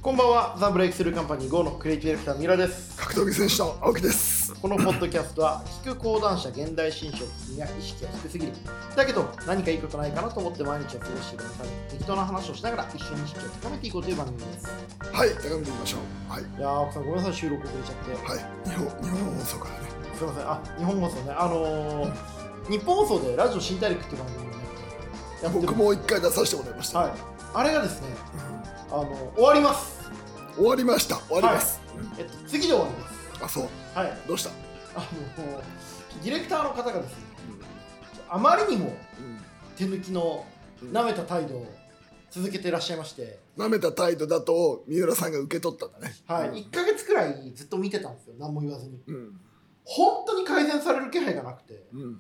こんばんは。ザ・ブレイクスルーカンパニー GO のクリエイティブディレクター三浦です。 格闘技選手の青木です。 このポッドキャストは聞く講談社現代新書には意識が低すぎるだけど何かいいことないかなと思って毎日を過ごしてください。適当な話をしながら一緒に意識を高めていこうという番組です。 はい、高めていきましょう。はい。 いやー、青木さんごめんなさい、収録遅れちゃって。 はい。日本放送からね。 すいません。日本放送ね。日本放送でラジオ新大陸っていう番組をねやってる。 僕も一回出させてもらいました。 はい。あれがですね、終わります。 終わりました。終わります。 はい。次で終わります。 あ、そう。 はい。 どうした？ ディレクターの方がですね、あまりにも手抜きの舐めた態度を続けていらっしゃいまして、 舐めた態度だと三浦さんが受け取ったんだね。 はい、1ヶ月くらいずっと見てたんですよ、何も言わずに。本当に改善される気配がなくて、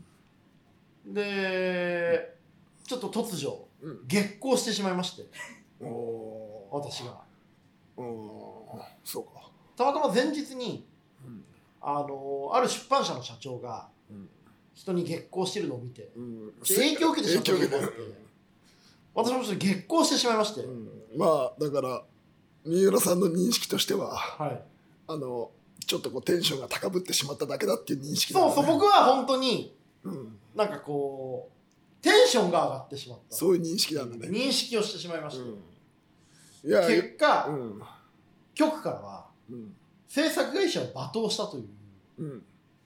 でちょっと突如、激高してしまいまして、私がそうか。 たまたま前日に、ある出版社の社長が人に激高してるのを見て、影響を受けてしまったことがあって、私もちょっと激高してしまいまして、 まあだから三浦さんの認識としては、 はい、 ちょっとこうテンションが高ぶってしまっただけだっていう認識なんだね。 そう僕は本当に、なんかこうテンションが上がってしまった、 そういう認識なんだね。認識をしてしまいました。結果、局からは、制作会社を罵倒したという、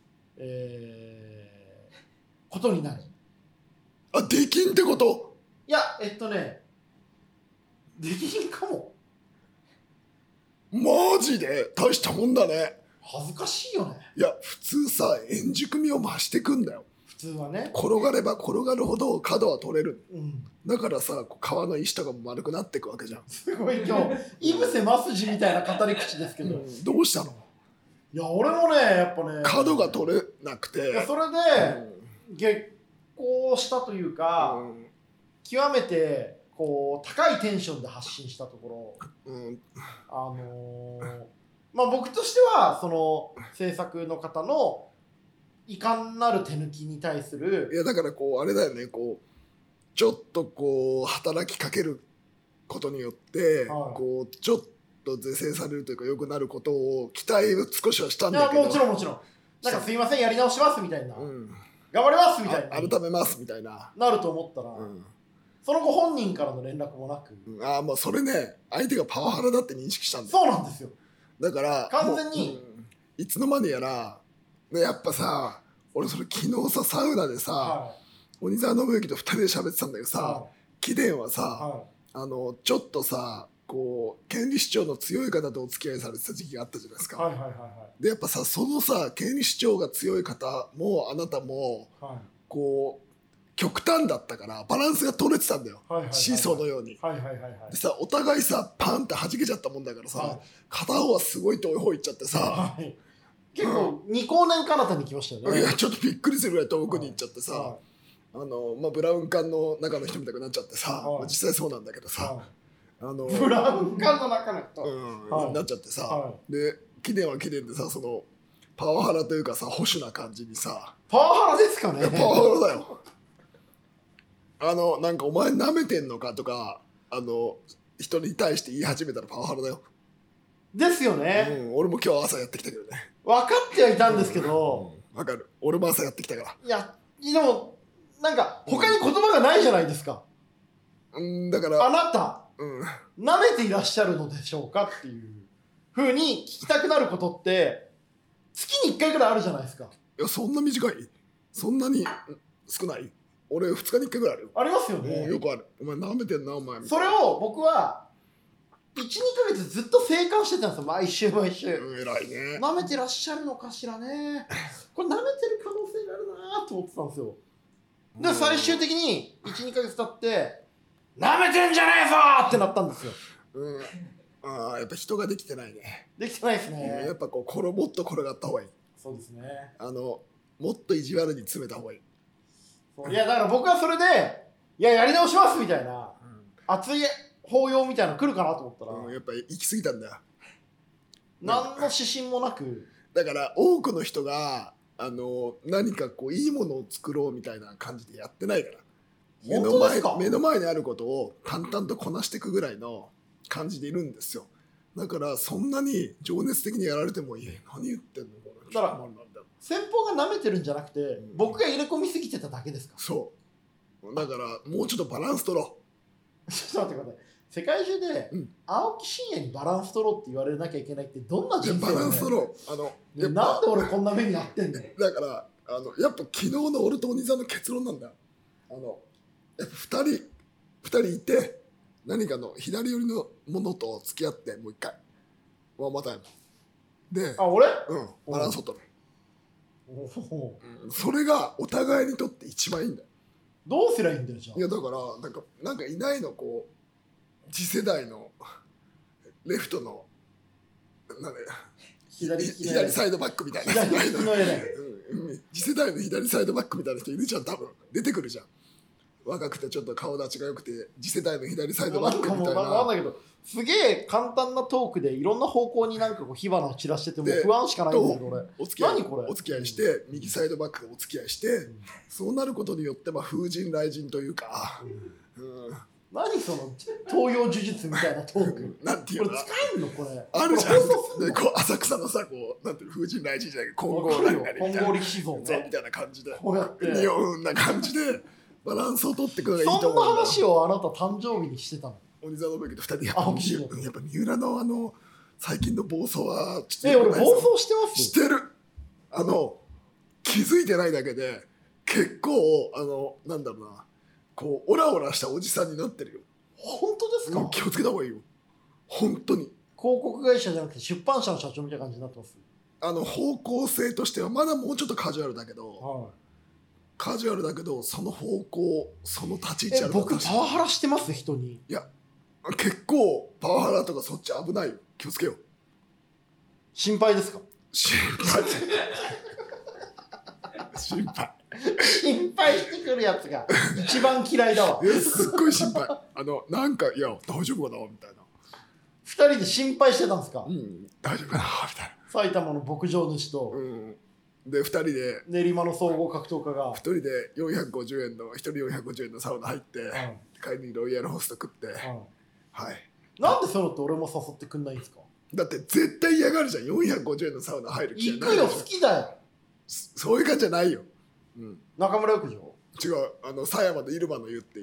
ことになる。 あ、できんってこと？ いや、できんかも。 マジで大したもんだね。 恥ずかしいよね。 いや、普通さ、円熟味を増してくんだよ。 普通はね。 転がれば転がるほど角は取れる。だからさ、皮の石とかも丸くなっていくわけじゃん。 すごい今日、井伏正治みたいな語り口ですけど。 どうしたの？ いや、俺もね、やっぱね。 角が取れなくて。 いや、それで、激高したというか、極めて、こう、高いテンションで発信したところ、まあ僕としては、その、制作の方の、遺憾なる手抜きに対する。 いやだからこうあれだよね、こうちょっとこう働きかけることによって、こうちょっと是正されるというか良くなることを期待を少しはしたんだけど。 いやもちろんなんかすいませんやり直しますみたいな、頑張りますみたいな、 改めますみたいななると思ったら、その後本人からの連絡もなく、 もうそれね、相手がパワハラだって認識したんだよ。 そうなんですよ。 だから完全に、 いつの間にやらね、やっぱさ、俺それ昨日さサウナでさ、鬼沢信之と2人で喋ってたんだけどさ、貴殿はさ、ちょっとさこう権利主張の強い方とお付き合いされてた時期があったじゃないですか。でやっぱさ、そのさ権利主張が強い方もあなたも、こう極端だったからバランスが取れてたんだよ、シーソーのように。でさ、お互いさパンって弾けちゃったもんだからさ、片方はすごい遠い方行っちゃってさ、 結構2光年彼方に来ましたよね。 いやちょっとびっくりするぐらい遠くに行っちゃってさ、ブラウン管の中の人みたくなっちゃってさ、実際そうなんだけどさ、 ブラウン管の中の人、 なっちゃってさ、で貴殿は貴殿でさ、そのパワハラというかさ保守な感じにさ。 パワハラですかね。 パワハラだよ。なんかお前舐めてんのかとか人に対して言い始めたらパワハラだよ。 ですよね。 俺も今日朝やってきたけどね。 分かってはいたんですけど、 分かる。俺も朝やってきたから。 いやでもなんか他に言葉がないじゃないですか。 だからあなた、舐めていらっしゃるのでしょうかっていう風に聞きたくなることって月に1回ぐらいあるじゃないですか。 いやそんな短い？そんなに少ない？俺2日に1回ぐらいあるよ。 ありますよね。 よくある。お前舐めてんなお前。 それを僕は1、2ヶ月ずっと静観してたんですよ、毎週毎週。 偉いね。 舐めてらっしゃるのかしらね。これ舐めてる可能性があるなと思ってたんですよ。で最終的に1、2ヶ月経って舐めてんじゃねえぞってなったんですよ。 やっぱ人ができてないね。 できてないですね。 やっぱこうもっと転がった方がいい。 そうですね。 もっと意地悪に詰めた方がいい。 いやだから僕はそれでやり直しますみたいな、熱い抱擁みたいなの来るかなと思ったら、 やっぱり行き過ぎたんだよ。 何の指針もなく。 だから多くの人が何かこういいものを作ろうみたいな感じでやってないから、目の前にあることを淡々とこなしていくぐらいの感じでいるんですよ。 だからそんなに情熱的にやられてもいい。何言ってんのこれ。 だから先方が舐めてるんじゃなくて、僕が入れ込みすぎてただけですか。 そうだからもうちょっとバランス取ろう。ちょっと待ってください。世界中で、青木真也にバランス取ろうって言われなきゃいけないってどんな人生だよね。 バランス取ろう。 なんで俺こんな目になってんの。 だからやっぱ昨日の俺と鬼さんの結論なんだ。やっぱ2人いて何かの左寄りのものと付き合ってもう一回ワンマタイムで、 俺バランスを取る。それがお互いにとって一番いいんだよ。 どうすりゃいいんだよじゃあ。 いやだからなんかいないのこう次世代のレフトの左サイドバックみたいな次世代の左サイドバックみたいな人いるじゃん。多分出てくるじゃん。若くてちょっと顔立ちが良くて次世代の左サイドバックみたいな。 なんだけどすげえ簡単なトークでいろんな方向になんかこう火花を散らしてても不安しかないんだけど俺。 お付き合いして右サイドバックでお付き合いして、そうなることによって風神雷神というか。 何その東洋呪術みたいなトーク。 なんていうの。 これ使えんのこれ。 あるじゃん。でこう浅草のさこうなんていう風神雷神じゃないけど金剛力士像みたいな感じでこうやって日本な感じでバランスを取っていくのがいいと思う。 そんな話をあなた誕生日にしてたの。 鬼沢信之と2人でやっぱ三浦の最近の暴走はちょっと俺暴走してます。 してる。気づいてないだけで結構なんだろうなこうオラオラしたおじさんになってるよ。 本当ですか。 気をつけた方がいいよ本当に。 広告会社じゃなくて出版社の社長みたいな感じになってます。 方向性としてはまだもうちょっとカジュアルだけど、カジュアルだけどその方向その立ち位置ある。 僕パワハラしてます人に。 いや結構パワハラとかそっち危ないよ。気をつけよう。 心配ですか。 心配してくるやつが一番嫌いだわ。 すっごい心配。なんかいや大丈夫かなみたいな。 2人で心配してたんですか。 大丈夫かなみたいな。 埼玉の牧場主と、 で2人で練馬の総合格闘家が 1人で450円の1人450円のサウナ入って、帰りにロイヤルホスト食って、はい。 なんでそのって俺も誘ってくんないんですか。 だって絶対嫌がるじゃん。450円のサウナ入る気じゃない。 行くよ好きだよ。 そういう感じじゃないよ。 中村浴場。 違う狭山の入間の湯っていう。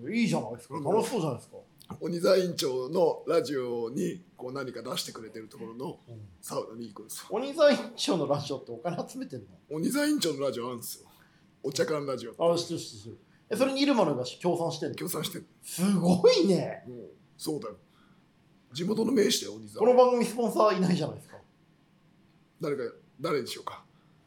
いいじゃないですか。楽しそうじゃないですか。 鬼座院長のラジオにこう何か出してくれてるところのサウナに行くんですよ。 鬼座院長のラジオってお金集めてんの。 鬼座院長のラジオあるんですよ。お茶館ラジオ。 知ってる。それに入間のが協賛してんの。 協賛してる。 すごいね。 そうだよ。地元の名士だよ鬼座。 この番組スポンサーいないじゃないですか。 誰にしようか。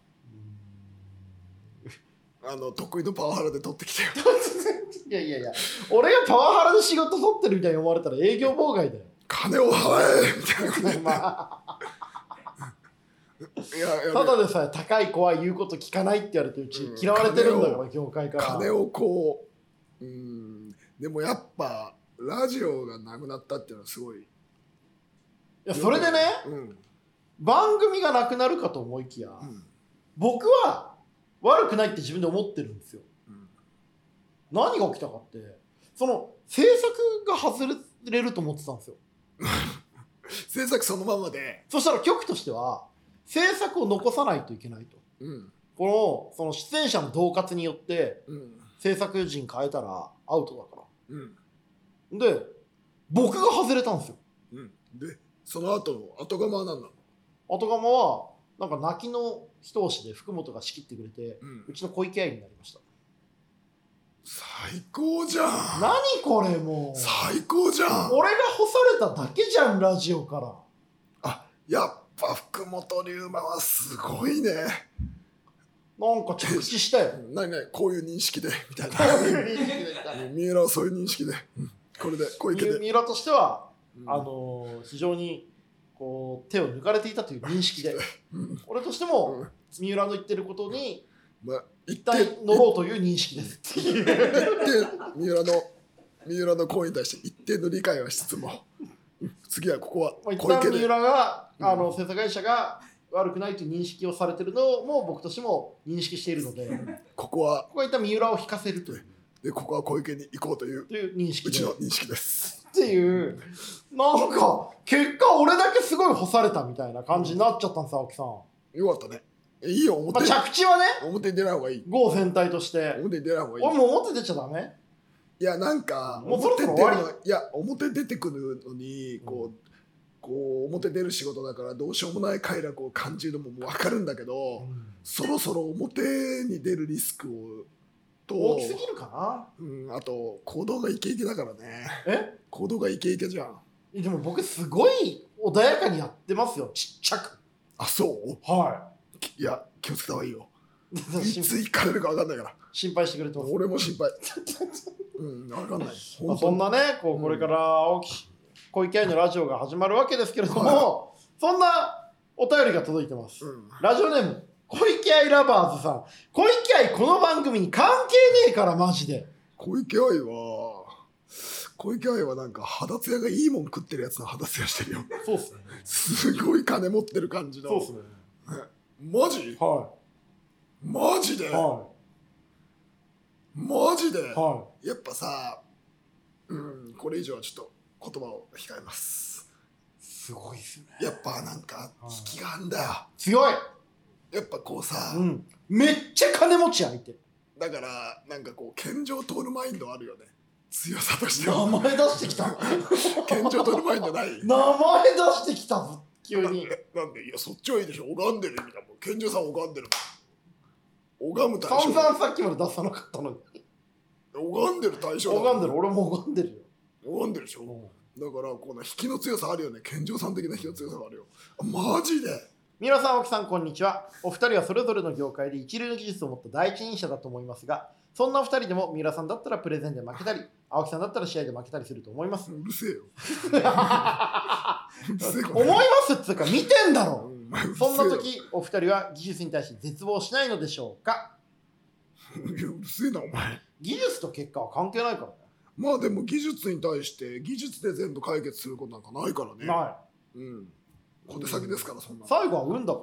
得意のパワハラで取ってきてよ。 いや俺がパワハラで仕事取ってるみたいに思われたら営業妨害だよ。 金を払えみたいなこと言って。 ただでさえ高い子は言うこと聞かないって言われてうち嫌われてるんだから業界から。 金をこうでもやっぱラジオがなくなったっていうのはすごい。 いやそれでね、番組がなくなるかと思いきや、僕は悪くないって自分で思ってるんですよ。何が起きたかってその制作が外れると思ってたんですよ。 制作そのままで。 そしたら局としては制作を残さないといけないと。その出演者の同活によって制作陣変えたらアウトだから。で僕が外れたんですよ。 でその後の後釜は何なの。 後釜はなんか泣きの一押しで福本が仕切ってくれて、うちの小池愛になりました。 最高じゃん。 何これもう最高じゃん。 俺が干されただけじゃんラジオから。 やっぱ福本龍馬はすごいね。 なんか着地したよ。 何こういう認識でみたいな。三浦はそういう認識で、これで小池で。 三浦としては、非常にこう手を抜かれていたという認識で、俺としても三浦の言ってることに一旦乗ろうという認識ですっていう。 三浦の声に対して一定の理解はしつつも、次はここは小池で。一旦三浦が制作会社が悪くないという認識をされてるのも僕としても認識しているので、ここは一旦三浦を引かせるという。 でここは小池に行こうという認識。 うちの認識です。 っていうなんか結果俺だけすごい干されたみたいな感じになっちゃったんです青木さん。 よかったね。いいよ表、 着地はね表に出ない方がいい。 ゴー全体として表に出ない方がいい。 俺も表出ちゃダメ。 いやなんかもうそろそろ表出るの、いや表出てくるのにこう表出る仕事だからどうしようもない快楽を感じるのも分かるんだけど、そろそろ表に出るリスクを大きすぎるかな。あと行動がイケイケだからね。行動がイケイケじゃん。 でも僕すごい穏やかにやってますよ、ちっちゃく。 あ、そう？いや気をつけた方がいいよ。いつ行かれるか分かんないから。 心配してくれてます。 俺も心配。分かんない。 そんなねこれから小池愛のラジオが始まるわけですけれども、そんなお便りが届いてます。ラジオネーム小池愛ラバーズさん。小池愛この番組に関係ねえからマジで。 小池愛はなんか肌ツヤがいいもん食ってるやつの肌ツヤしてるよ。 そうっすね。 すごい金持ってる感じの。 そうっすね。 マジ？マジで？マジで？やっぱさ、これ以上はちょっと言葉を控えます。 すごいっすね。 やっぱなんか引きがあんだよ。 強い。 やっぱこうさ、 めっちゃ金持ち相手。 だからなんかこう健常トールマインドあるよね。強さとしては。 名前出してきた。 健常トールマインドない。 名前出してきたぞ急に。 なんでいやそっちはいいでしょ。拝んでる意味だもん。健常さん拝んでる。拝む対象。 散々さっきまで出さなかったのに。 拝んでる対象。 拝んでる。俺も拝んでるよ。 拝んでるでしょ。だからこの引きの強さあるよね。健常さん的な引きの強さがあるよ。マジで。 皆さん、青木さん、こんにちは。お二人はそれぞれの業界で一流の技術を持った第一人者だと思いますが、そんなお二人でも三浦さんだったらプレゼンで負けたり、青木さんだったら試合で負けたりすると思います。 うるせえよ。 思いますっていうか見てんだろ。そんな時、お二人は技術に対して絶望しないのでしょうか。 うるせえなお前。 技術と結果は関係ないからね。 まあでも技術に対して技術で全部解決することなんかないからね。 ない。 小手先ですからそんな。 最後は運だから。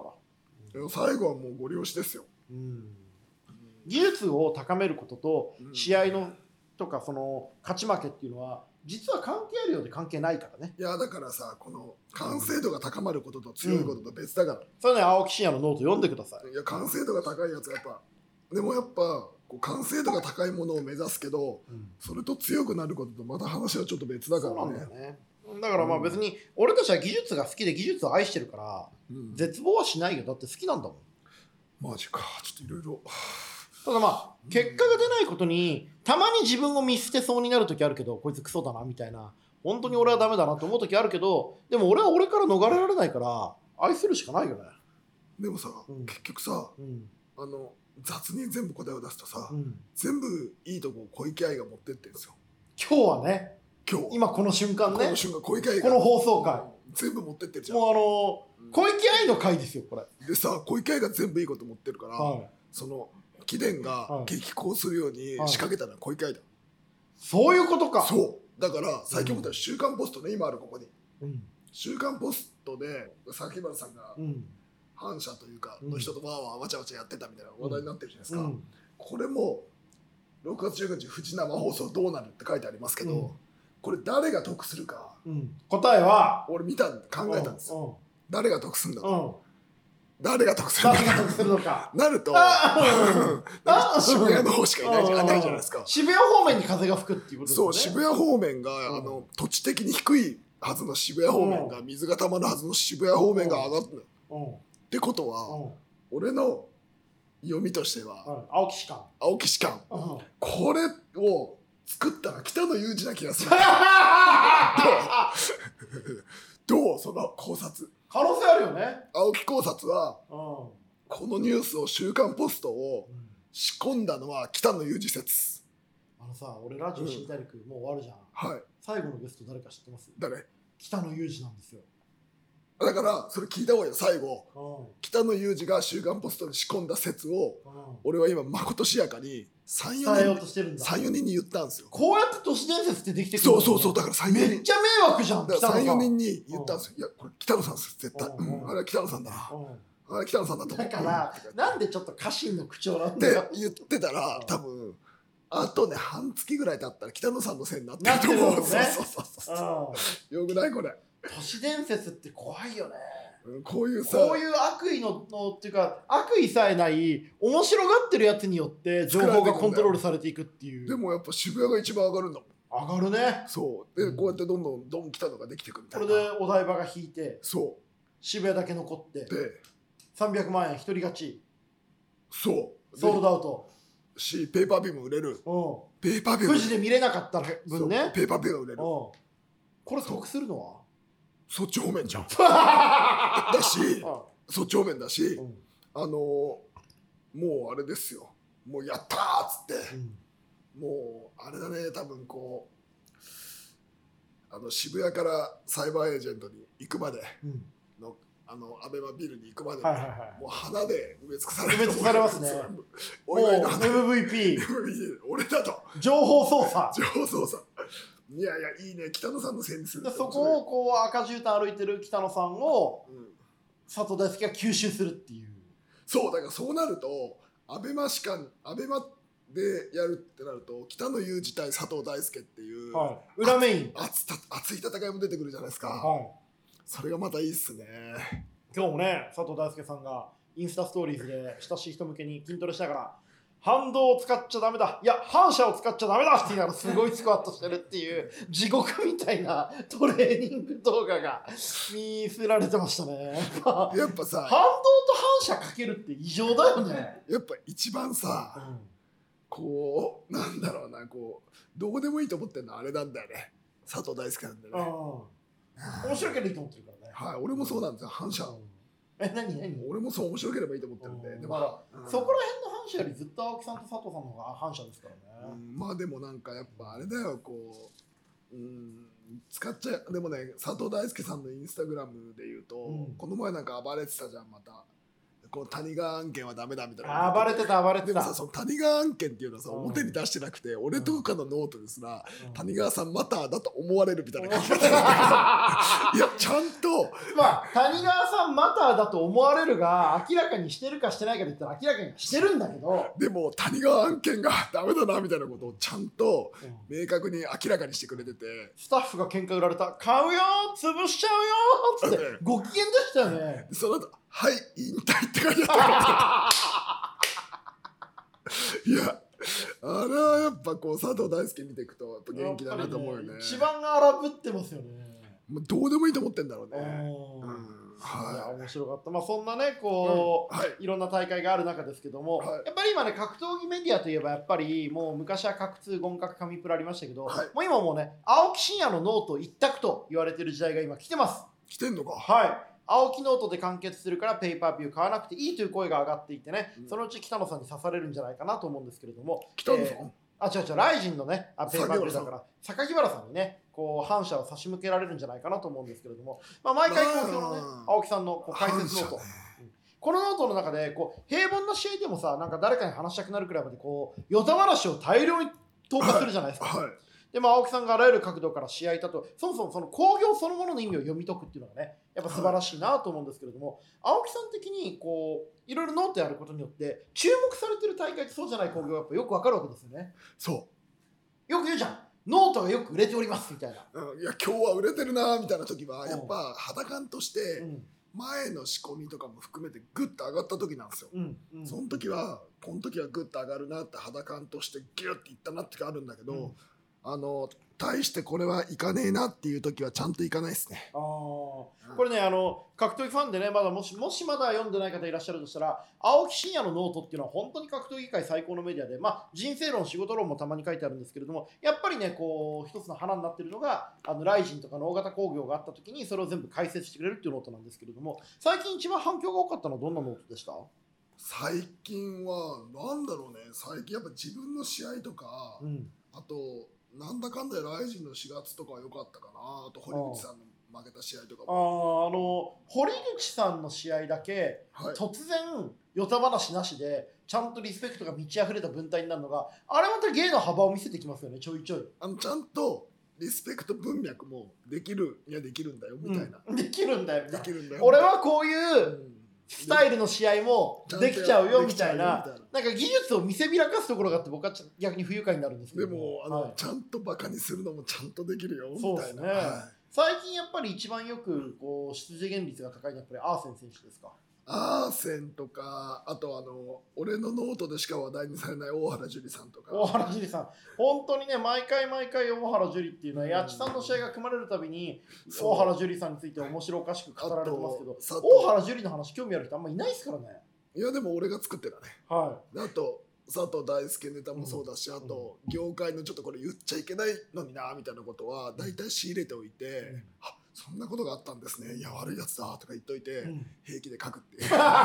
最後はもうご利用しですよ。 技術を高めることと試合のとかその勝ち負けっていうのは実は関係あるようで関係ないからね。 いやだからさこの完成度が高まることと強いことと別だから。 それね青木真也のノート読んでください。 いや完成度が高いやつはやっぱでもやっぱこう完成度が高いものを目指すけど、それと強くなることとまた話はちょっと別だからね。 そうなんだよね。だからまあ別に俺たちは技術が好きで技術を愛してるから絶望はしないよ。だって好きなんだもん。 マジか。ちょっといろいろ。 ただまあ結果が出ないことにたまに自分を見捨てそうになる時あるけど、こいつクソだなみたいな、本当に俺はダメだなと思う時あるけど、でも俺は俺から逃れられないから愛するしかないよね。 でもさ、結局さ、雑に全部答えを出すとさ、全部いいとこを小池愛が持ってってんですよ。 今日はね。今この瞬間ね。 この瞬間小池愛がこの放送回全部持ってってるじゃん。 もう小池愛の回ですよこれ。 でさ小池愛が全部いいこと持ってるから、その貴殿が激高するように仕掛けたのは小池愛だ。 そういうことか。 そうだから最近思ったら週刊ポストね、今あるここに、週刊ポストで崎原さんが反社というかの人とわーわーわちゃわちゃやってたみたいな話題になってるじゃないですか。これも6月19日フジ生放送どうなるって書いてありますけど、これ誰が得するか、 答えは俺考えたんですよ。誰が得するんだと。誰が得するのかなると渋谷の方しかないじゃないですか。 渋谷方面に風が吹くっていうことですね。 そう渋谷方面が土地的に低いはずの渋谷方面が水が溜まるはずの渋谷方面が上がったの。ってことは俺の読みとしては青木士官これを作ったら北野裕二な気がする。どうその考察。 可能性あるよね。 青木考察はこのニュースを週刊ポストを仕込んだのは北野裕二説。 俺ラジオ新大陸もう終わるじゃん。はい。最後のゲスト誰か知ってます？ 誰？ 北野裕二なんですよ。 だからそれ聞いた方がいいよ。最後北野裕二が週刊ポストに仕込んだ説を俺は今まことしやかに3,4 人に言ったんですよ。 こうやって都市伝説ってできてくるの。そうだから3,4人めっちゃ迷惑じゃん。 3,4 人に言ったんですよ。いやこれ北野さんです絶対。あれは北野さんだな。あれ北野さんだと思う。 だからなんでちょっと家臣の口調なんだよって言ってたら多分あとね半月ぐらい経ったら北野さんのせいになってると思う。そうよくないこれ。 都市伝説って怖いよね。 こういう悪意のっていうか悪意さえない面白がってるやつによって情報がコントロールされていくっていう。 でもやっぱ渋谷が一番上がるんだもん。 上がるね。 そうで、こうやってどんどんドン北野ができてくみたいな。 これでお台場が引いて、 そう渋谷だけ残ってで 300万円一人勝ち、 そうソールドアウトし、ペーパービューも売れる。ペーパービュー富士で見れなかった分ね、 ペーパービューが売れる。 これ得するのはそっち方面じゃんだしそっち方面だし、もうあれですよ、もうやったーっつって、もうあれだね、多分こう渋谷からサイバーエージェントに行くまでの、アベマビルに行くまで、もう花で埋め尽くされる。 埋め尽くされますね。もう MVP 俺だと情報操作。 いやいやいいね、北野さんのせいにする。 そこをこう赤絨毯歩いてる北野さんを佐藤大輔が吸収するっていう。 そうだからそうなるとアベマでやるってなると北野裕二対佐藤大輔っていう、 裏メイン熱い戦いも出てくるじゃないですか。それがまたいいっすね。 今日もね、佐藤大輔さんがインスタストーリーズで親しい人向けに筋トレしながら反動を使っちゃダメだ、いや反射を使っちゃダメだって言いながらすごいスクワットしてるっていう地獄みたいなトレーニング動画が見せられてましたね。 やっぱさ、 反動と反射かけるって異常だよね。 やっぱ一番さ、こうなんだろうな、こうどうでもいいと思ってるのはあれなんだよね、佐藤大輔なんだよね。 面白ければいいと思ってるからね。 はい、俺もそうなんですよ、反射。 何俺もそう面白ければいいと思ってるんで。でもそこら辺の反射よりずっと青木さんと佐藤さんの方が反射ですからね。 まあでもなんかやっぱあれだよ、こう使っちゃう。でもね、佐藤大輔さんのインスタグラムで言うと、この前なんか暴れてたじゃん、また。この谷川案件はダメだみたいな。 暴れてた。 でもさ、その谷川案件っていうのはさ、表に出してなくて、俺とかのノートですら、谷川さんまただと思われるみたいな感じだった。いや、ちゃんと。 まあ、谷川さんまただと思われるが、明らかにしてるかしてないかで言ったら明らかにしてるんだけど。 でも、谷川案件がダメだなみたいなことをちゃんと明確に明らかにしてくれてて。 スタッフが喧嘩売られた。買うよ潰しちゃうよってご機嫌でしたよね。 その後、はい、引退って書いてあった。いや、あれはやっぱこう佐藤大輔見ていくとやっぱ元気だなと思うよね。 一番荒ぶってますよね。 もうどうでもいいと思ってんだろうね。 いや面白かった。まあそんなねこう、いろんな大会がある中ですけども、やっぱり今ね格闘技メディアといえばやっぱりもう昔は格通ゴン格神プロありましたけど、もう今もうね青木真也のノート一択と言われてる時代が今来てます。 来てんのか。 はい。青木ノートで完結するからペーパービュー買わなくていいという声が上がっていてね、そのうち北野さんに刺されるんじゃないかなと思うんですけれども、 北野さん、 違うライジンのねペーパービューだから榊原さんにねこう反射を差し向けられるんじゃないかなと思うんですけれども、まあ、毎回好評のね青木さんのこう解説ノート、このノートの中でこう平凡な試合でもさなんか誰かに話したくなるくらいまでこうヨタ話を大量に投下するじゃないですか。でも青木さんがあらゆる角度から試合だとそもそもその興行そのものの意味を読み解くっていうのがねやっぱ素晴らしいなと思うんですけれども、青木さん的にこういろいろノートやることによって注目されてる大会とそうじゃない興行がやっぱよくわかるわけですよね。 そうよく言うじゃん、ノートがよく売れておりますみたいな、 いや今日は売れてるなみたいな時はやっぱ肌感として前の仕込みとかも含めてグッと上がった時なんですよ。その時はこの時はグッと上がるなって肌感としてギュッていったなってあるんだけど、大してこれはいかねえなっていう時はちゃんといかないですね。 これね格闘技ファンでねまだもしまだ読んでない方いらっしゃるとしたら青木真也のノートっていうのは本当に格闘技界最高のメディアで、まあ、人生論仕事論もたまに書いてあるんですけれども、やっぱりねこう一つの花になってるのがライジンとかの大型工業があった時にそれを全部解説してくれるっていうノートなんですけれども、最近一番反響が多かったのはどんなノートでした？ 最近はなんだろうね、最近やっぱ自分の試合とか、あとなんだかんだライジンの4月とかは良かったかな。あと堀口さんの負けた試合とかも堀口さんの試合だけ、突然ヨタ話なしでちゃんとリスペクトが満ち溢れた文体になるのがあれまた芸の幅を見せてきますよね。ちょいちょいちゃんとリスペクト文脈もできるにはできるんだよみたいな、 できるんだよ俺はこういうスタイルの試合もできちゃうよみたいな、なんか技術を見せびらかすところがあって、僕は逆に不愉快になるんですけど。 でもちゃんとバカにするのもちゃんとできるよみたいな。そうですね。 最近やっぱり一番よくこう出現率が高いのはやっぱりアーセン選手ですか。 アーセンとか、あと俺のノートでしか話題にされない大原樹里さんとか。 大原樹里さん、本当にね、毎回大原樹里っていうのは、八千さんの試合が組まれるたびに、大原樹里さんについて面白おかしく語られてますけど、大原樹里の話興味ある人あんまいないですからね。 いや、でも俺が作ってたね。 はい。 あと佐藤大輔ネタもそうだし、あと業界のちょっとこれ言っちゃいけないのになみたいなことは大体仕入れておいて、あ、そんなことがあったんですね、いや悪いやつだとか言っといて、平気で書くっていう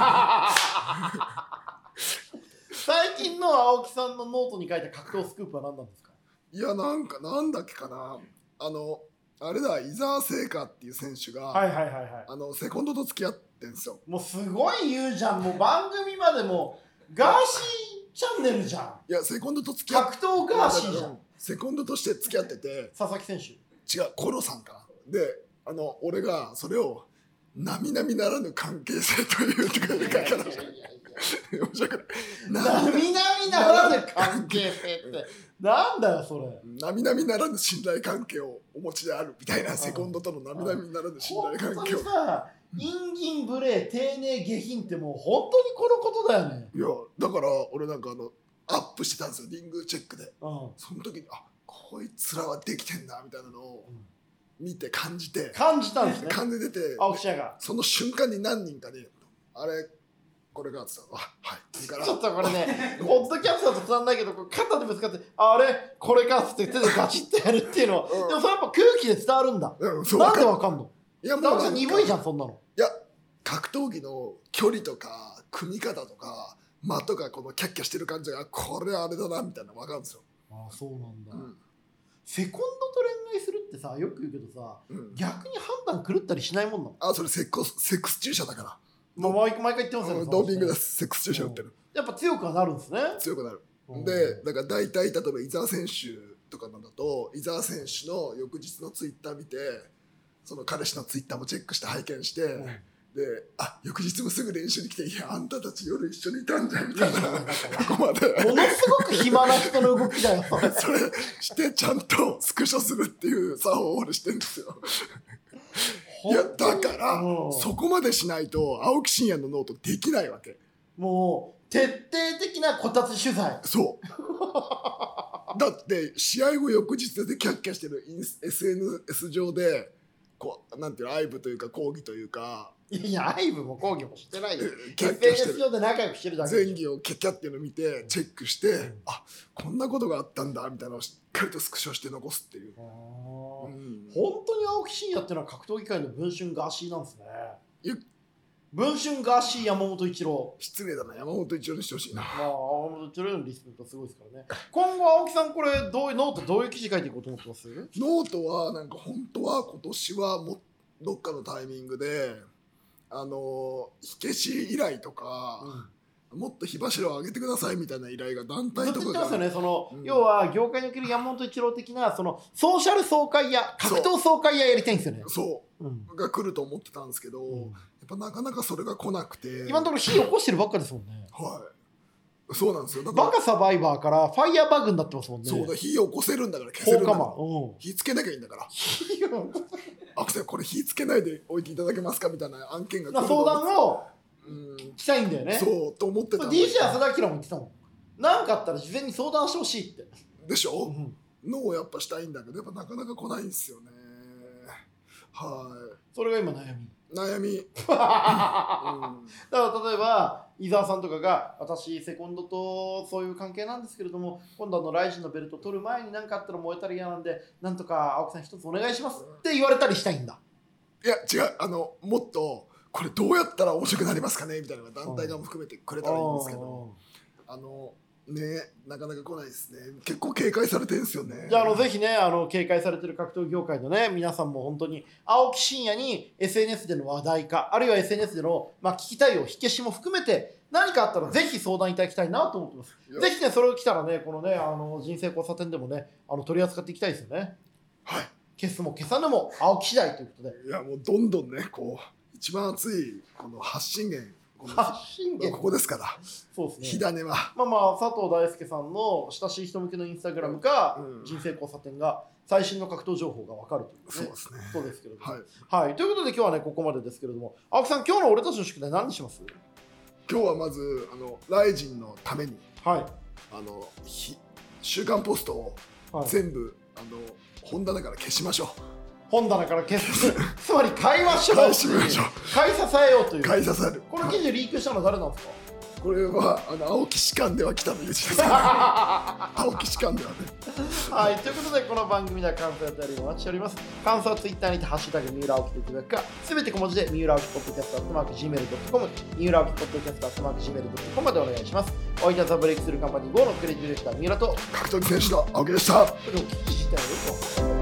最近の青木さんのノートに書いた格闘スクープは何なんですか。 いや、なんだっけかな、あれだ、伊沢聖華っていう選手が、セコンドと付き合ってんですよ。 もうすごい言うじゃん、もう番組までもガーシーチャンネルじゃん。 いや、セコンドと付き合って、 格闘ガーシーじゃん。 セコンドとして付き合ってて、 佐々木選手違う、コロさんかな。で、俺がそれを並々ならぬ関係性というとかで書いたら面白くない。 並々ならぬ関係性ってなんだよそれ。 並々ならぬ信頼関係をお持ちであるみたいな、セコンドとの並々ならぬ信頼関係を。 陰銀無礼丁寧下品ってもう本当にこのことだよね。 いや、だから俺なんかアップしてたんですよ、リングチェックで。その時にこいつらはできてんだみたいなのを見て感じて、 感じたんですね。 感じてて、 青木がその瞬間に何人かにあれこれがって言ったら、はいから、 ちょっとこれねポッドキャストだと伝わんないけど、肩でぶつかってあれこれかって手でガチッとやるっていうのは、でもそれやっぱ空気で伝わるんだ。なんでわかんの。いや、もう鈍いじゃんそんなの。 いや、格闘技の距離とか組み方とか間とか、このキャッキャしてる感じが、これあれだなみたいなの分かるんですよ。 ああ、そうなんだ。セコンドと恋愛するってさ、よく言うけどさ、逆に判断狂ったりしないもんなの。 あ、それセックス注射だから。 毎回言ってますよね。 ドーピングです。セックス注射打ってる。 やっぱ強くはなるんですね。 強くなる。で、だから大体例えば伊沢選手とかなんだと、伊沢選手の翌日のツイッター見て、その彼氏のツイッターもチェックして拝見して、で、翌日もすぐ練習に来て、いや、あんたたち夜一緒にいたんじゃんみたいな、ここまで。 ものすごく暇な人の動きだよ。 それしてちゃんとスクショするっていう作法を俺してるんですよ。いや、だから、そこまでしないと青木真也のノートできないわけ。 もう徹底的なこたつ取材。 そうだって試合後翌日でキャッキャしてるSNS 上でこうなんていうの、愛撫というか抗議というか、 いや、愛撫も抗議もしてないよ。SNS 上で仲良くしてるだけ。 前儀をキャッキャっていうのを見てチェックして、こんなことがあったんだみたいなのをしっかりとスクショして残すっていう。 本当に青木真也っていうのは格闘技界の文春ガーシーなんですね。文春ガーシー山本一郎。 失礼だな、山本一郎にしてほしいな。 山本一郎へのリスペクトすごいですからね。今後青木さん、これノートどういう記事書いていこうと思ってます？ ノートはなんか本当は今年はどっかのタイミングで火消し依頼とか、もっと火柱を上げてくださいみたいな依頼が団体とかが、 ね、要は業界における山本一郎的なソーシャル総会や格闘総会やりたいんですよね。 そう、が来ると思ってたんですけど、やっぱなかなかそれが来なくて、 今のところ火起こしてるばっかですもんね。 はい、そうなんですよ。だからバカサバイバーからファイヤーバグになってますもんね。 そうだ、火起こせるんだから消せるんだから、火つけなきゃいいんだからアクセルこれ火つけないでおいていただけますかみたいな案件が来る相談をしたいんだよね。 そうと思ってた。 DJ 浅田明も言ってたもん。何かあったら事前に相談してほしいって。 でしょ、のをやっぱしたいんだけど、やっぱなかなか来ないんですよね。はい。 それが今悩み。だから例えば伊沢さんとかが、私セコンドとそういう関係なんですけれども、今度ライジンのベルト取る前に何かあったら燃えたら嫌なんで、なんとか青木さん一つお願いしますって言われたりしたいんだ。いや違う、もっとこれどうやったら面白くなりますかねみたいなのが団体側も含めてくれたらいいんですけど、なかなか来ないですね。結構警戒されてるんですよね。 じゃあぜひね、警戒されてる格闘業界のね皆さんも本当に青木真也に SNS での話題化、あるいは SNS での聞きたいを火消しも含めて何かあったらぜひ相談いただきたいなと思ってます。ぜひね、それを来たらね、このね人生交差点でもね取り扱っていきたいですよね。 はい。 消すも消さぬも青木次第ということで。 いやもうどんどんね、こう一番熱いこの発信源発信源ここですから。 そうですね。 火種は。 佐藤大輔さんの親しい人向けのインスタグラムか、人生交差点が最新の格闘情報が分かるという、ね、 そうですね。 そうですけれども。 はい。 はい。ということで今日はね、ここまでですけれども、青木さん、今日の俺たちの宿題何にします？ 今日はまず、ライジンのために、 はい。 週刊ポストを全部、本棚から消しましょう。 本棚から消す。つまり買いましょう。 買いしましょう。 買い支えようという。 買い支える。 この記事リークしたのは誰なんですか？ これは青木士官では北野裕二です。青木士官ではね。 はい、ということでこの番組では感想やったりお待ちしております。感想はツイッターにてハッシュタグ三浦青木でいただくか、すべて小文字で三浦青木ポッドキャスト@gmail.com、三浦青木ポッドキャスト@gmail.com までお願いします。お相手はザブレイクスルーカンパニー GO のクレジットディレクター三浦と格闘技選手の青木でした。 でも記事自体はよくわかんない。